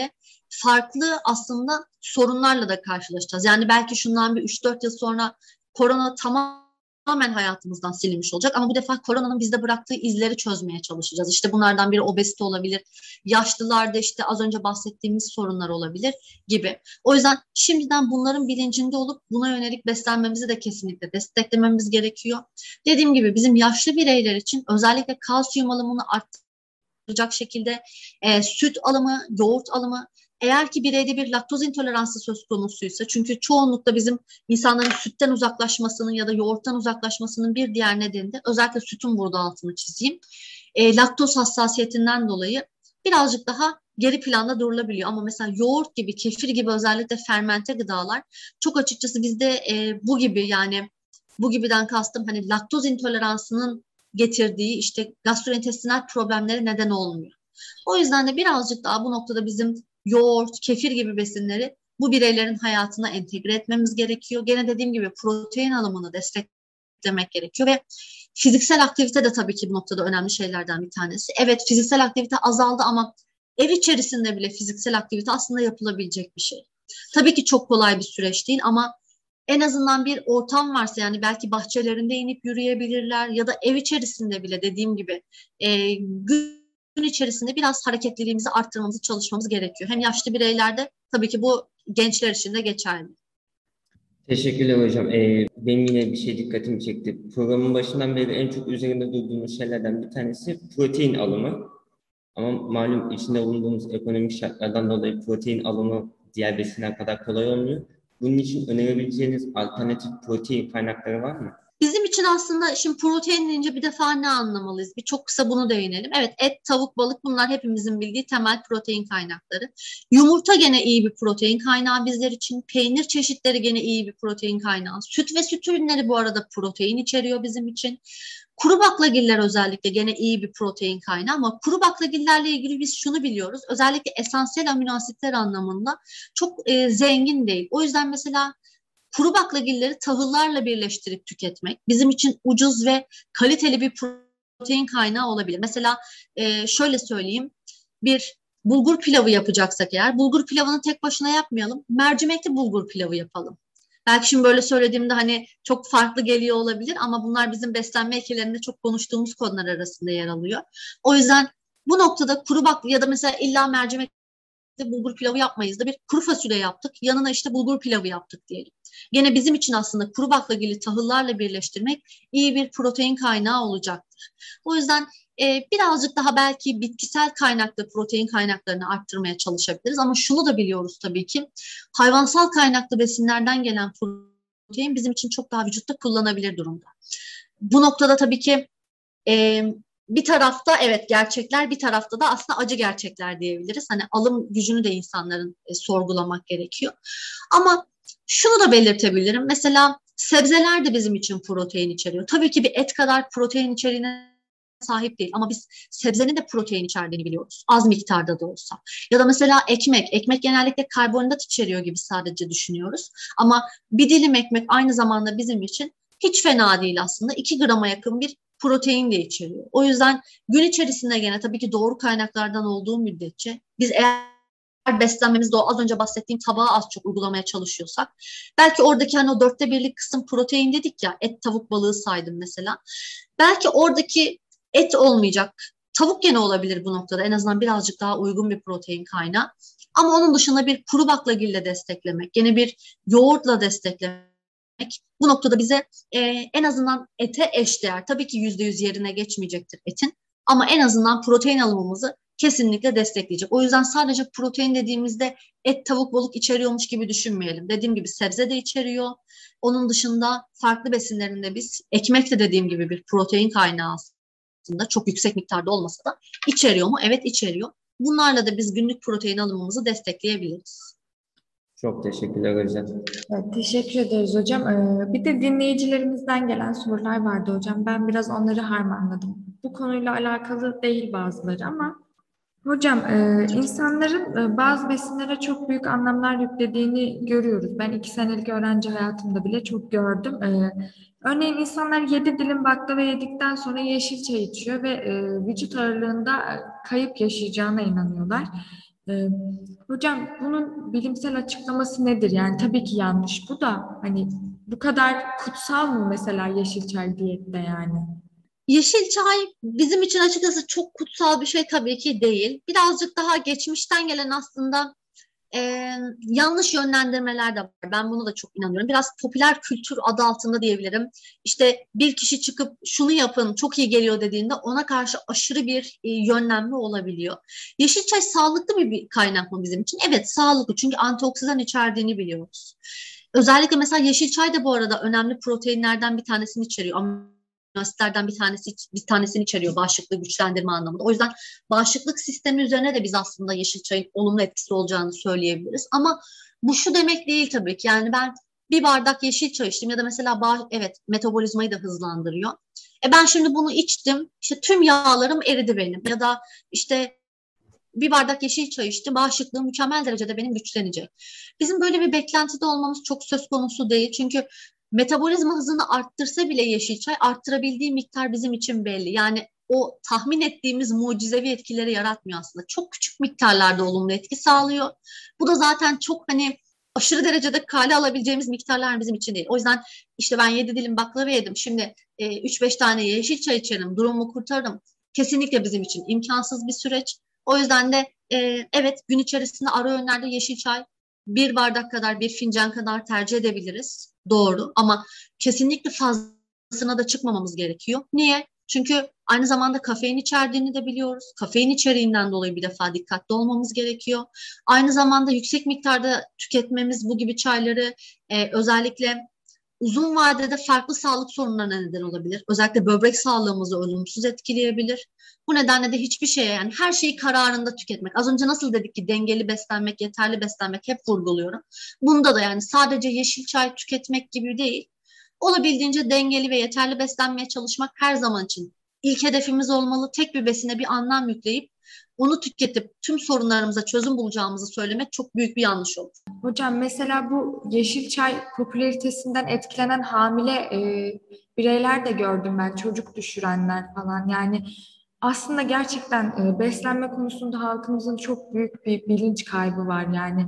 farklı aslında sorunlarla da karşılaşacağız. Yani belki şundan bir 3-4 yıl sonra korona tamamen hayatımızdan silinmiş olacak ama bu defa koronanın bizde bıraktığı izleri çözmeye çalışacağız. İşte bunlardan biri obezite olabilir, yaşlılarda işte az önce bahsettiğimiz sorunlar olabilir gibi. O yüzden şimdiden bunların bilincinde olup buna yönelik beslenmemizi de kesinlikle desteklememiz gerekiyor. Dediğim gibi bizim yaşlı bireyler için özellikle kalsiyum alımını arttıracak şekilde süt alımı, yoğurt alımı, eğer ki bireyde bir laktoz intoleransı söz konusuysa, çünkü çoğunlukla bizim insanların sütten uzaklaşmasının ya da yoğurttan uzaklaşmasının bir diğer nedeni de özellikle sütün burada altını çizeyim. Laktoz hassasiyetinden dolayı birazcık daha geri planda durulabiliyor. Ama mesela yoğurt gibi, kefir gibi özellikle fermente gıdalar çok açıkçası bizde bu gibi, yani bu gibiden kastım hani laktoz intoleransının getirdiği işte gastrointestinal problemlere neden olmuyor. O yüzden de birazcık daha bu noktada bizim yoğurt, kefir gibi besinleri bu bireylerin hayatına entegre etmemiz gerekiyor. Gene dediğim gibi protein alımını desteklemek gerekiyor ve fiziksel aktivite de tabii ki bu noktada önemli şeylerden bir tanesi. Evet, fiziksel aktivite azaldı ama ev içerisinde bile fiziksel aktivite aslında yapılabilecek bir şey. Tabii ki çok kolay bir süreç değil ama en azından bir ortam varsa, yani belki bahçelerinde inip yürüyebilirler ya da ev içerisinde bile dediğim gibi gün içerisinde biraz hareketliliğimizi arttırmamızı çalışmamız gerekiyor. Hem yaşlı bireylerde, tabii ki bu gençler için de geçerli. Teşekkürler hocam. Benim yine bir şey dikkatimi çekti. Programın başından beri en çok üzerinde durduğumuz şeylerden bir tanesi protein alımı. Ama malum içinde bulunduğumuz ekonomik şartlardan dolayı protein alımı diğer besinler kadar kolay olmuyor. Bunun için önerebileceğiniz alternatif protein kaynakları var mı? Bizim için aslında şimdi protein deyince bir defa ne anlamalıyız? Bir çok kısa bunu değinelim. Evet, et, tavuk, balık bunlar hepimizin bildiği temel protein kaynakları. Yumurta gene iyi bir protein kaynağı bizler için. Peynir çeşitleri gene iyi bir protein kaynağı. Süt ve süt ürünleri bu arada protein içeriyor bizim için. Kuru baklagiller özellikle gene iyi bir protein kaynağı ama kuru baklagillerle ilgili biz şunu biliyoruz. Özellikle esansiyel amino asitler anlamında çok zengin değil. O yüzden mesela kuru baklagilleri tahıllarla birleştirip tüketmek bizim için ucuz ve kaliteli bir protein kaynağı olabilir. Mesela şöyle söyleyeyim, bir bulgur pilavı yapacaksak eğer, bulgur pilavını tek başına yapmayalım, mercimekli bulgur pilavı yapalım. Belki şimdi böyle söylediğimde hani çok farklı geliyor olabilir ama bunlar bizim beslenme ilkelerinde çok konuştuğumuz konular arasında yer alıyor. O yüzden bu noktada kuru bakla ya da mesela illa mercimek bulgur pilavı yapmayız da bir kuru fasulye yaptık. Yanına işte bulgur pilavı yaptık diyelim. Gene bizim için aslında kuru baklagili tahıllarla birleştirmek iyi bir protein kaynağı olacaktır. O yüzden birazcık daha belki bitkisel kaynaklı protein kaynaklarını arttırmaya çalışabiliriz. Ama şunu da biliyoruz tabii ki, hayvansal kaynaklı besinlerden gelen protein bizim için çok daha vücutta kullanabilir durumda. Bu noktada tabii ki bir tarafta evet gerçekler, bir tarafta da aslında acı gerçekler diyebiliriz. Hani alım gücünü de insanların sorgulamak gerekiyor. Ama şunu da belirtebilirim. Mesela sebzeler de bizim için protein içeriyor. Tabii ki bir et kadar protein içeriğine sahip değil ama biz sebzenin de protein içerdiğini biliyoruz. Az miktarda da olsa. Ya da mesela ekmek. Ekmek genellikle karbonhidrat içeriyor gibi sadece düşünüyoruz. Ama bir dilim ekmek aynı zamanda bizim için hiç fena değil aslında. 2 grama yakın bir protein de içeriyor. O yüzden gün içerisinde gene tabii ki doğru kaynaklardan olduğu müddetçe biz eğer beslenmemizde o az önce bahsettiğim tabağı az çok uygulamaya çalışıyorsak belki oradaki hani o 1/4 kısım protein dedik ya, et, tavuk, balığı saydım mesela. Belki oradaki et olmayacak. Tavuk gene olabilir bu noktada. En azından birazcık daha uygun bir protein kaynağı. Ama onun dışında bir kuru baklagille desteklemek, gene bir yoğurtla desteklemek bu noktada bize en azından ete eşdeğer. Tabii ki %100 yerine geçmeyecektir etin. Ama en azından protein alımımızı kesinlikle destekleyecek. O yüzden sadece protein dediğimizde et, tavuk, balık içeriyormuş gibi düşünmeyelim. Dediğim gibi sebze de içeriyor. Onun dışında farklı besinlerinde biz ekmek de dediğim gibi bir protein kaynağı aslında çok yüksek miktarda olmasa da içeriyor mu? Evet, içeriyor. Bunlarla da biz günlük protein alımımızı destekleyebiliriz. Çok teşekkürler hocam. Evet, teşekkür ederiz hocam. Bir de dinleyicilerimizden gelen sorular vardı hocam. Ben biraz onları harmanladım. Bu konuyla alakalı değil bazıları ama hocam insanların bazı besinlere çok büyük anlamlar yüklediğini görüyoruz. Ben 2 senelik öğrenci hayatımda bile çok gördüm. Örneğin insanlar 7 dilim baklava yedikten sonra yeşil çay içiyor ve vücut ağırlığında kayıp yaşayacağına inanıyorlar. Ee, Hocam bunun bilimsel açıklaması nedir? Yani tabii ki yanlış bu da hani bu kadar kutsal mı mesela yeşil çay diyette yani? Yeşil çay bizim için açıkçası çok kutsal bir şey tabii ki değil. Birazcık daha geçmişten gelen aslında yanlış yönlendirmeler de var. Ben buna da çok inanıyorum. Biraz popüler kültür adı altında diyebilirim. İşte bir kişi çıkıp şunu yapın çok iyi geliyor dediğinde ona karşı aşırı bir yönlenme olabiliyor. Yeşil çay sağlıklı bir kaynak mı bizim için? Evet, sağlıklı çünkü antioksidan içerdiğini biliyoruz. Özellikle mesela yeşil çay da bu arada önemli proteinlerden bir tanesini içeriyor. Asitlerden bir tanesini içeriyor bağışıklığı güçlendirme anlamında. O yüzden bağışıklık sistemi üzerine de biz aslında yeşil çayın olumlu etkisi olacağını söyleyebiliriz. Ama bu şu demek değil tabii ki. Yani ben bir bardak yeşil çay içtim ya da mesela evet metabolizmayı da hızlandırıyor. Ben şimdi bunu içtim. İşte tüm yağlarım eridi benim. Ya da işte bir bardak yeşil çay içtim. Bağışıklığım mükemmel derecede benim güçlenecek. Bizim böyle bir beklentide olmamız çok söz konusu değil. Çünkü metabolizma hızını arttırsa bile yeşil çay arttırabildiği miktar bizim için belli. Yani o tahmin ettiğimiz mucizevi etkileri yaratmıyor aslında. Çok küçük miktarlarda olumlu etki sağlıyor. Bu da zaten çok hani aşırı derecede kale alabileceğimiz miktarlar bizim için değil. O yüzden işte ben 7 dilim baklava yedim. Şimdi 3-5 tane yeşil çay içerim, durumumu kurtarırım. Kesinlikle bizim için imkansız bir süreç. O yüzden de evet gün içerisinde ara öğünlerde yeşil çay bir bardak kadar, bir fincan kadar tercih edebiliriz. Doğru ama kesinlikle fazlasına da çıkmamamız gerekiyor. Niye? Çünkü aynı zamanda kafein içerdiğini de biliyoruz. Kafein içeriğinden dolayı bir defa dikkatli olmamız gerekiyor. Aynı zamanda yüksek miktarda tüketmemiz bu gibi çayları özellikle uzun vadede farklı sağlık sorunlarına neden olabilir. Özellikle böbrek sağlığımızı olumsuz etkileyebilir. Bu nedenle de hiçbir şeye yani her şeyi kararında tüketmek. Az önce nasıl dedik ki dengeli beslenmek, yeterli beslenmek hep vurguluyorum. Bunda da yani sadece yeşil çay tüketmek gibi değil. Olabildiğince dengeli ve yeterli beslenmeye çalışmak her zaman için ilk hedefimiz olmalı. Tek bir besine bir anlam yükleyip onu tüketip tüm sorunlarımıza çözüm bulacağımızı söylemek çok büyük bir yanlış olur. Hocam mesela bu yeşil çay popülaritesinden etkilenen hamile bireyler de gördüm ben. Çocuk düşürenler falan. Yani aslında gerçekten beslenme konusunda halkımızın çok büyük bir bilinç kaybı var. Yani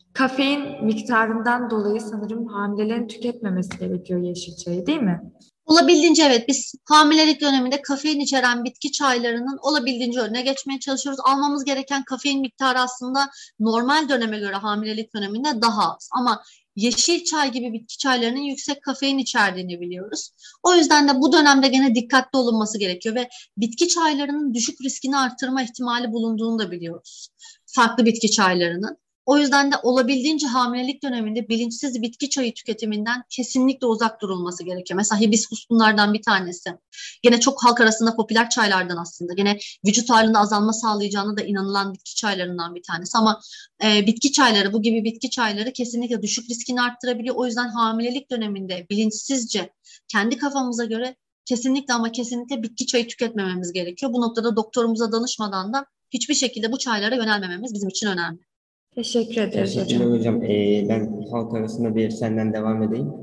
kafein miktarından dolayı sanırım hamilelerin tüketmemesi gerekiyor yeşil çayı, değil mi? Olabildiğince evet biz hamilelik döneminde kafein içeren bitki çaylarının olabildiğince önüne geçmeye çalışıyoruz. Almamız gereken kafein miktarı aslında normal döneme göre hamilelik döneminde daha az. Ama yeşil çay gibi bitki çaylarının yüksek kafein içerdiğini biliyoruz. O yüzden de bu dönemde gene dikkatli olunması gerekiyor ve bitki çaylarının düşük riskini artırma ihtimali bulunduğunu da biliyoruz. Farklı bitki çaylarının. O yüzden de olabildiğince hamilelik döneminde bilinçsiz bitki çayı tüketiminden kesinlikle uzak durulması gerekiyor. Mesela hibiskus bunlardan bir tanesi. Gene çok halk arasında popüler çaylardan aslında. Gene vücut ağırlığında azalma sağlayacağına da inanılan bitki çaylarından bir tanesi. Ama bitki çayları, bu gibi bitki çayları kesinlikle düşük riskini arttırabiliyor. O yüzden hamilelik döneminde bilinçsizce kendi kafamıza göre kesinlikle ama kesinlikle bitki çayı tüketmememiz gerekiyor. Bu noktada doktorumuza danışmadan da hiçbir şekilde bu çaylara yönelmememiz bizim için önemli. Teşekkür ederiz Teşekkürler hocam. hocam. Ben halk arasında bir senden devam edeyim.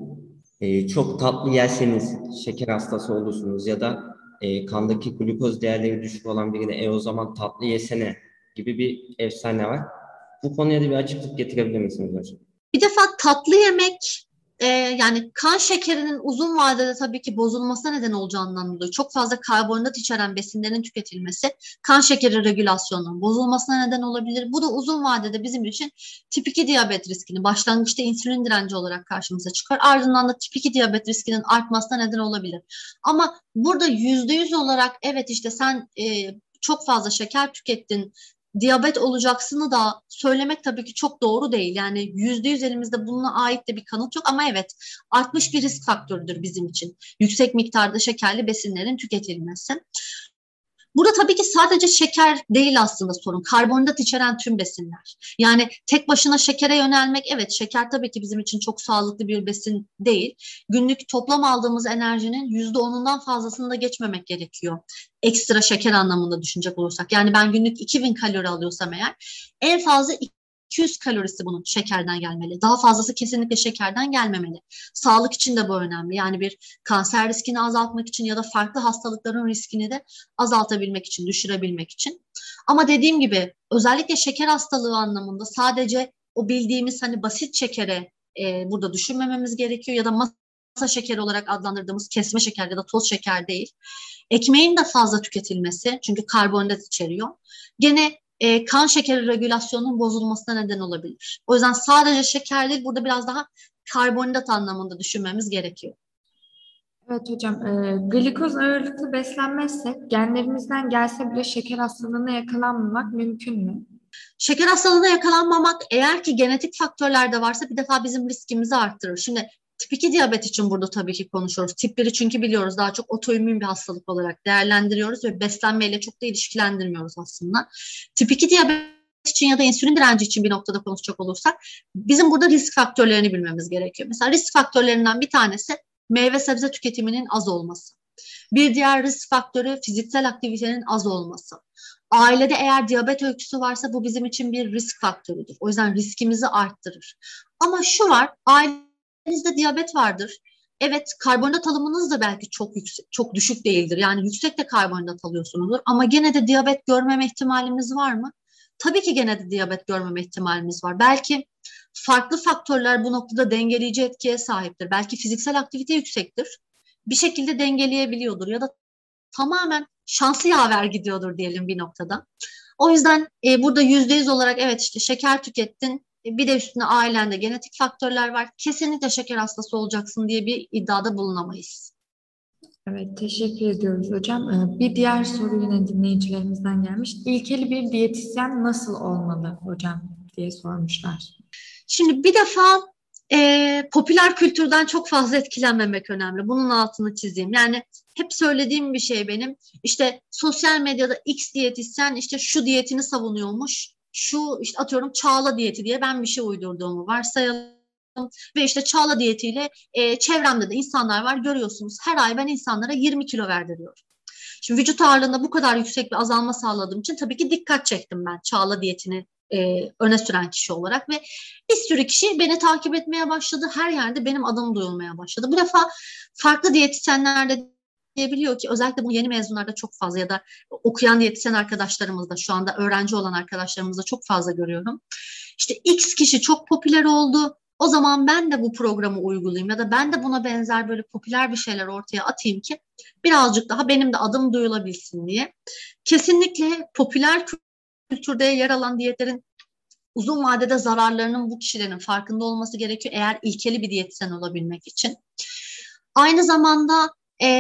Çok tatlı yerseniz şeker hastası olursunuz ya da kandaki glukoz değerleri düşük olan birine o zaman tatlı yesene gibi bir efsane var. Bu konuya da bir açıklık getirebilir misiniz hocam? Bir defa tatlı yemek yani kan şekerinin uzun vadede tabii ki bozulmasına neden olacağından dolayı çok fazla karbonhidrat içeren besinlerin tüketilmesi kan şekeri regülasyonunun bozulmasına neden olabilir. Bu da uzun vadede bizim için tip 2 diyabet riskini başlangıçta insülin direnci olarak karşımıza çıkar. Ardından da tip 2 diyabet riskinin artmasına neden olabilir. Ama burada %100 olarak evet işte sen çok fazla şeker tükettin, diyabet olacaksını da söylemek tabii ki çok doğru değil. Yani %100 elimizde bununla ait de bir kanıt yok ama evet artmış bir risk faktörüdür bizim için. Yüksek miktarda şekerli besinlerin tüketilmesi. Burada tabii ki sadece şeker değil aslında sorun. Karbonhidrat içeren tüm besinler. Yani tek başına şekere yönelmek, evet şeker tabii ki bizim için çok sağlıklı bir besin değil. Günlük toplam aldığımız enerjinin %10'undan fazlasını da geçmemek gerekiyor. Ekstra şeker anlamında düşünecek olursak. Yani ben günlük 2000 kalori alıyorsam eğer en fazla 200 kalorisi bunun şekerden gelmeli. Daha fazlası kesinlikle şekerden gelmemeli. Sağlık için de bu önemli. Yani bir kanser riskini azaltmak için ya da farklı hastalıkların riskini de azaltabilmek için, düşürebilmek için. Ama dediğim gibi özellikle şeker hastalığı anlamında sadece o bildiğimiz hani basit şekere burada düşünmememiz gerekiyor ya da masa şekeri olarak adlandırdığımız kesme şeker ya da toz şeker değil. Ekmeğin de fazla tüketilmesi çünkü karbonhidrat içeriyor. Gene kan şekeri regülasyonunun bozulmasına neden olabilir. O yüzden sadece şeker değil, burada biraz daha karbonhidrat anlamında düşünmemiz gerekiyor. Evet hocam, glikoz ağırlıklı beslenmezsek genlerimizden gelse bile şeker hastalığına yakalanmamak mümkün mü? Şeker hastalığına yakalanmamak eğer ki genetik faktörler de varsa bir defa bizim riskimizi arttırır. Şimdi tip 2 diyabet için burada tabii ki konuşuyoruz. Tip 1'i çünkü biliyoruz daha çok otoimmün bir hastalık olarak değerlendiriyoruz ve beslenmeyle çok da ilişkilendirmiyoruz aslında. Tip 2 diyabet için ya da insülin direnci için bir noktada konuşacak olursak bizim burada risk faktörlerini bilmemiz gerekiyor. Mesela risk faktörlerinden bir tanesi meyve sebze tüketiminin az olması. Bir diğer risk faktörü fiziksel aktivitenin az olması. Ailede eğer diyabet öyküsü varsa bu bizim için bir risk faktörüdür. O yüzden riskimizi arttırır. Ama şu var, ailenizde diyabet vardır. Evet, karbonhidrat alımınız da belki çok yüksek, çok düşük değildir. Yani yüksek de karbonhidrat alıyorsunuzdur. Ama gene de diyabet görmeme ihtimalimiz var mı? Tabii ki gene de diyabet görmeme ihtimalimiz var. Belki farklı faktörler bu noktada dengeleyici etkiye sahiptir. Belki fiziksel aktivite yüksektir. Bir şekilde dengeleyebiliyordur ya da tamamen şansı yaver gidiyordur diyelim bir noktada. O yüzden burada %100 olarak evet işte şeker tükettin, bir de üstüne ailende genetik faktörler var. Kesinlikle şeker hastası olacaksın diye bir iddiada bulunamayız. Evet, teşekkür ediyoruz hocam. Bir diğer soru yine dinleyicilerimizden gelmiş. İlkeli bir diyetisyen nasıl olmalı hocam diye sormuşlar. Şimdi bir defa popüler kültürden çok fazla etkilenmemek önemli. Bunun altını çizeyim. Yani hep söylediğim bir şey benim. İşte sosyal medyada X diyetisyen işte şu diyetini savunuyormuş. Şu işte atıyorum Çağla diyeti diye ben bir şey uydurduğumu varsayalım. Ve işte Çağla diyetiyle çevremde de insanlar var görüyorsunuz. Her ay ben insanlara 20 kilo verdiriyorum. Şimdi vücut ağırlığında bu kadar yüksek bir azalma sağladığım için tabii ki dikkat çektim ben Çağla diyetini öne süren kişi olarak ve bir sürü kişi beni takip etmeye başladı. Her yerde benim adım duyulmaya başladı. Bu defa farklı diyetisyenler de diyebiliyor ki özellikle bu yeni mezunlarda çok fazla ya da okuyan diyetisyen arkadaşlarımızda şu anda öğrenci olan arkadaşlarımızda çok fazla görüyorum. İşte X kişi çok popüler oldu. O zaman ben de bu programı uygulayayım ya da ben de buna benzer böyle popüler bir şeyler ortaya atayım ki birazcık daha benim de adım duyulabilsin diye. Kesinlikle popüler kültürde yer alan diyetlerin uzun vadede zararlarının bu kişilerin farkında olması gerekiyor eğer ilkeli bir diyetisyen olabilmek için. Aynı zamanda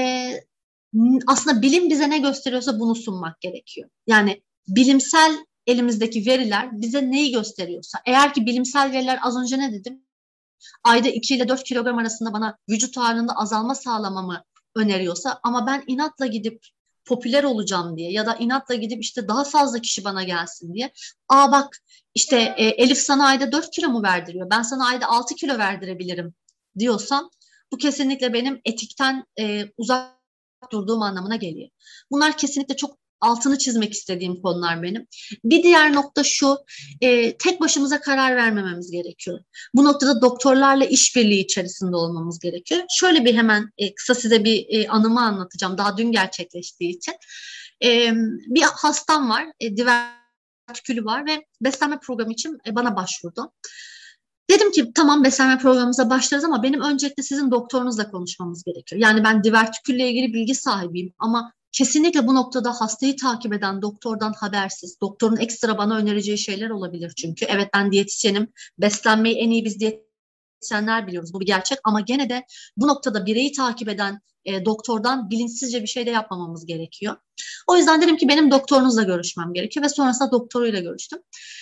aslında bilim bize ne gösteriyorsa bunu sunmak gerekiyor. Yani bilimsel elimizdeki veriler bize neyi gösteriyorsa. Eğer ki bilimsel veriler az önce ne dedim? Ayda 2 ile 4 kilogram arasında bana vücut ağırlığında azalma sağlamamı öneriyorsa ama ben inatla gidip popüler olacağım diye ya da inatla gidip işte daha fazla kişi bana gelsin diye. Aa bak işte Elif sana ayda 4 kilo mu verdiriyor? Ben sana ayda 6 kilo verdirebilirim diyorsam bu kesinlikle benim etikten uzak durduğum anlamına geliyor. Bunlar kesinlikle çok altını çizmek istediğim konular benim. Bir diğer nokta şu, tek başımıza karar vermememiz gerekiyor. Bu noktada doktorlarla işbirliği içerisinde olmamız gerekiyor. Şöyle bir hemen kısa size bir anımı anlatacağım. Daha dün gerçekleştiği için. Bir hastam var, divertikülü var ve beslenme programı için bana başvurdu. Dedim ki tamam beslenme programımıza başlarız ama benim öncelikle sizin doktorunuzla konuşmamız gerekiyor. Yani ben divertikülle ilgili bilgi sahibiyim ama kesinlikle bu noktada hastayı takip eden doktordan habersiz, doktorun ekstra bana önereceği şeyler olabilir çünkü. Evet ben diyetisyenim, beslenmeyi en iyi biz diyetisyenler biliyoruz, bu bir gerçek ama gene de bu noktada bireyi takip eden doktordan bilinçsizce bir şey de yapmamamız gerekiyor. O yüzden dedim ki benim doktorunuzla görüşmem gerekiyor ve sonrasında doktoruyla görüştüm.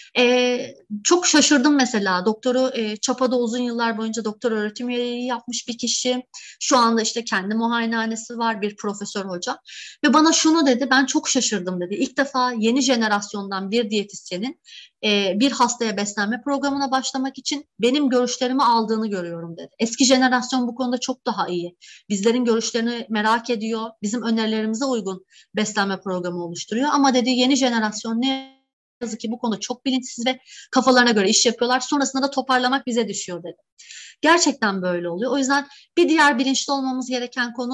Çok şaşırdım mesela doktoru Çapa'da uzun yıllar boyunca doktor öğretim üyeliği yapmış bir kişi. Şu anda işte kendi muayenehanesi var bir profesör hoca ve bana şunu dedi ben çok şaşırdım dedi. İlk defa yeni jenerasyondan bir diyetisyenin bir hastaya beslenme programına başlamak için benim görüşlerimi aldığını görüyorum dedi. Eski jenerasyon bu konuda çok daha iyi. Bizlerin görüşlerini merak ediyor. Bizim önerilerimize uygun beslenme programı oluşturuyor. Ama dedi yeni jenerasyon ne yazık ki bu konuda çok bilinçsiz ve kafalarına göre iş yapıyorlar. Sonrasında da toparlamak bize düşüyor dedi. Gerçekten böyle oluyor. O yüzden bir diğer bilinçli olmamız gereken konu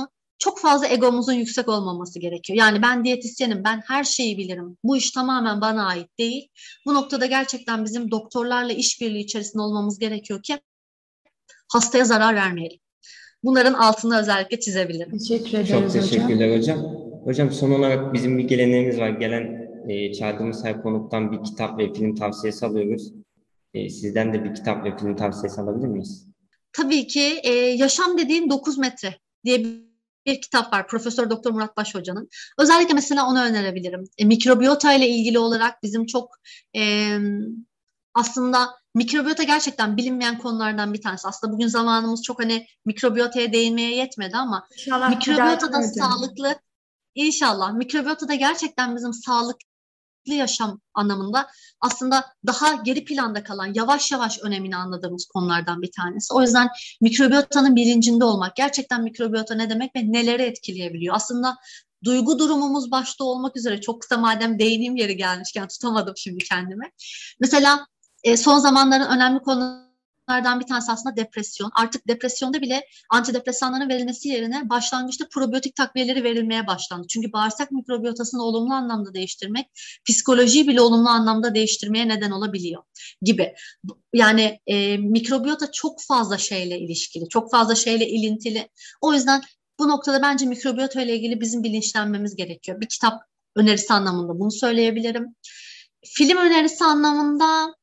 çok fazla egomuzun yüksek olmaması gerekiyor. Yani ben diyetisyenim, ben her şeyi bilirim. Bu iş tamamen bana ait değil. Bu noktada gerçekten bizim doktorlarla işbirliği içerisinde olmamız gerekiyor ki hastaya zarar vermeyelim. Bunların altını özellikle çizebilirim. Teşekkür Çok ederiz hocam. teşekkürler hocam. Hocam son olarak bizim bir geleneğimiz var. Gelen çağırdığımız her konuktan bir kitap ve film tavsiyesi alıyoruz. Sizden de bir kitap ve film tavsiyesi alabilir miyiz? Tabii ki Yaşam Dediğin 9 Metre diye bir kitap var Profesör Doktor Murat Baş Hoca'nın. Özellikle mesela onu önerebilirim. Mikrobiyota ile ilgili olarak bizim çok aslında mikrobiyota gerçekten bilinmeyen konulardan bir tanesi. Aslında bugün zamanımız çok hani mikrobiyotaya değinmeye yetmedi ama İnşallah bir mikrobiyota da dahaki hocam. sağlıklı, inşallah mikrobiyota da gerçekten bizim sağlıklı yaşam anlamında aslında daha geri planda kalan, yavaş yavaş önemini anladığımız konulardan bir tanesi. O yüzden mikrobiyotanın bilincinde olmak, gerçekten mikrobiyota ne demek ve neleri etkileyebiliyor? Aslında duygu durumumuz başta olmak üzere, çok kısa madem değineyim yeri gelmişken tutamadım şimdi kendimi. Mesela son zamanların önemli konulardan bir tanesi aslında depresyon. Artık depresyonda bile antidepresanların verilmesi yerine başlangıçta probiyotik takviyeleri verilmeye başlandı. Çünkü bağırsak mikrobiyotasını olumlu anlamda değiştirmek, psikolojiyi bile olumlu anlamda değiştirmeye neden olabiliyor gibi. Yani mikrobiyota çok fazla şeyle ilişkili, çok fazla şeyle ilintili. O yüzden bu noktada bence mikrobiyota ile ilgili bizim bilinçlenmemiz gerekiyor. Bir kitap önerisi anlamında bunu söyleyebilirim. Film önerisi anlamında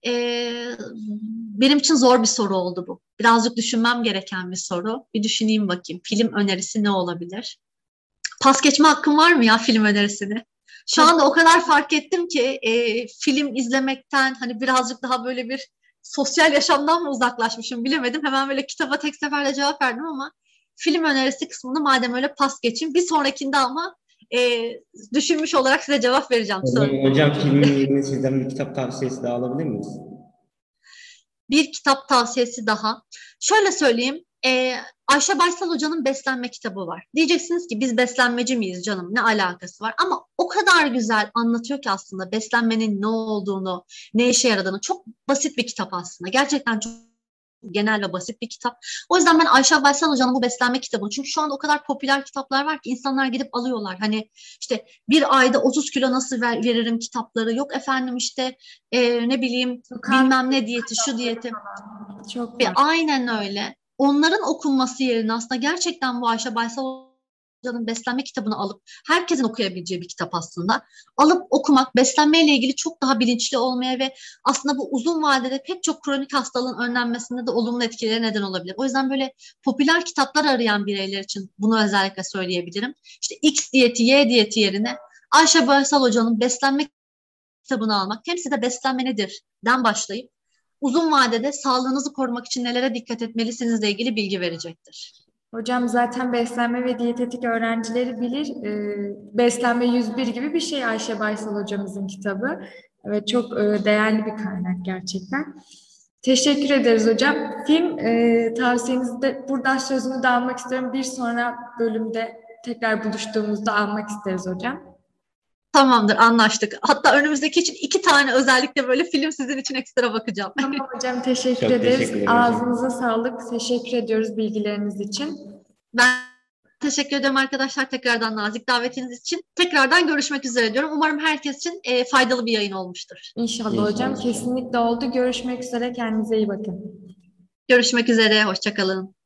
benim için zor bir soru oldu bu. Birazcık düşünmem gereken bir soru. Bir düşüneyim bakayım. Film önerisi ne olabilir? Pas geçme hakkım var mı ya film önerisini? Şu anda o kadar fark ettim ki film izlemekten hani birazcık daha böyle bir sosyal yaşamdan mı uzaklaşmışım bilemedim. Hemen böyle kitaba tek seferde cevap verdim ama film önerisi kısmını madem öyle pas geçeyim. Bir sonrakinde ama düşünmüş olarak size cevap vereceğim. Hocam filmin yerine sizden bir kitap tavsiyesi daha alabilir miyiz? Bir kitap tavsiyesi daha. Şöyle söyleyeyim. Ayşe Baysal Hoca'nın Beslenme kitabı var. Diyeceksiniz ki biz beslenmeci miyiz canım? Ne alakası var? Ama o kadar güzel anlatıyor ki aslında beslenmenin ne olduğunu, ne işe yaradığını. Çok basit bir kitap aslında. Gerçekten çok genel ve basit bir kitap. O yüzden ben Ayşe Baysal Hoca'nın bu beslenme kitabını, çünkü şu anda o kadar popüler kitaplar var ki insanlar gidip alıyorlar. Hani işte bir ayda 30 kilo nasıl veririm kitapları, yok efendim işte ne bileyim bilmem ne diyeti, şu diyeti. Çok Ve var. aynen öyle. Onların okunması yerine aslında gerçekten bu Ayşe Baysal Hoca'nın beslenme kitabını alıp herkesin okuyabileceği bir kitap aslında. Alıp okumak, beslenmeyle ilgili çok daha bilinçli olmaya ve aslında bu uzun vadede pek çok kronik hastalığın önlenmesinde de olumlu etkilere neden olabilir. O yüzden böyle popüler kitaplar arayan bireyler için bunu özellikle söyleyebilirim. İşte X diyeti, Y diyeti yerine Ayşe Baysal Hoca'nın beslenme kitabını almak, hem size beslenme nedir den başlayıp uzun vadede sağlığınızı korumak için nelere dikkat etmelisinizle ilgili bilgi verecektir. Hocam zaten beslenme ve diyetetik öğrencileri bilir. Beslenme 101 gibi bir şey Ayşe Baysal hocamızın kitabı. Evet, çok değerli bir kaynak gerçekten. Teşekkür ederiz hocam. Film tavsiyenizi de buradan sözünü de almak istiyorum. Bir sonra bölümde tekrar buluştuğumuzda almak isteriz hocam. Tamamdır, anlaştık. Hatta önümüzdeki için 2 tane özellikle böyle film sizin için ekstra bakacağım. Tamam hocam, teşekkür Çok ederiz. teşekkür ederim hocam. Ağzınıza sağlık. Teşekkür ediyoruz bilgileriniz için. Ben teşekkür ederim arkadaşlar tekrardan nazik davetiniz için. Tekrardan görüşmek üzere diyorum. Umarım herkes için faydalı bir yayın olmuştur. İnşallah İnşallah hocam. hocam. Kesinlikle oldu. Görüşmek üzere. Kendinize iyi bakın. Görüşmek üzere, hoşça kalın.